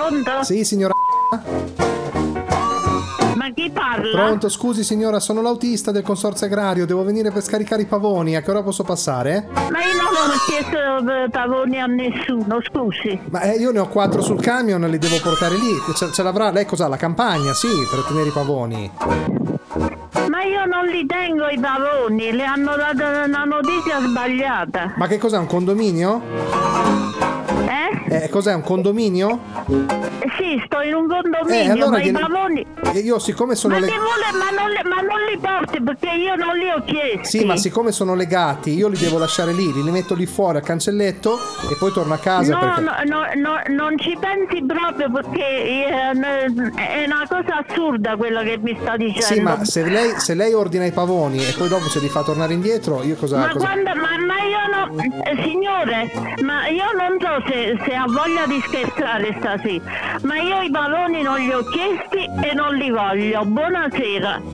Pronto? Sì, signora. Ma chi parla? Pronto, scusi signora, sono l'autista del consorzio agrario, devo venire per scaricare i pavoni, a che ora posso passare? Ma io non ho chiesto pavoni a nessuno, scusi. Ma io ne ho 4 sul camion, li devo portare lì, ce l'avrà, lei cos'ha, la campagna? Sì, per tenere i pavoni. Ma io non li tengo i pavoni, le hanno dato una notizia sbagliata. Ma che cos'è, un condominio? Cos'è, un condominio? Sì, sto in un condominio, allora ma i pavoni... Io siccome sono... Ma non li porti perché io non li ho chiesti. Sì, ma siccome sono legati, io li devo lasciare lì, li metto lì fuori al cancelletto e poi torno a casa perché... No, non ci pensi proprio perché è una cosa assurda quello che mi sta dicendo. Sì, ma se lei ordina i pavoni e poi dopo se li fa tornare indietro, io cosa... Ma io no... Signore, ma io non so se ha voglia di scherzare stasera, ma io i pavoni non li ho chiesti e non li voglio. Buonasera.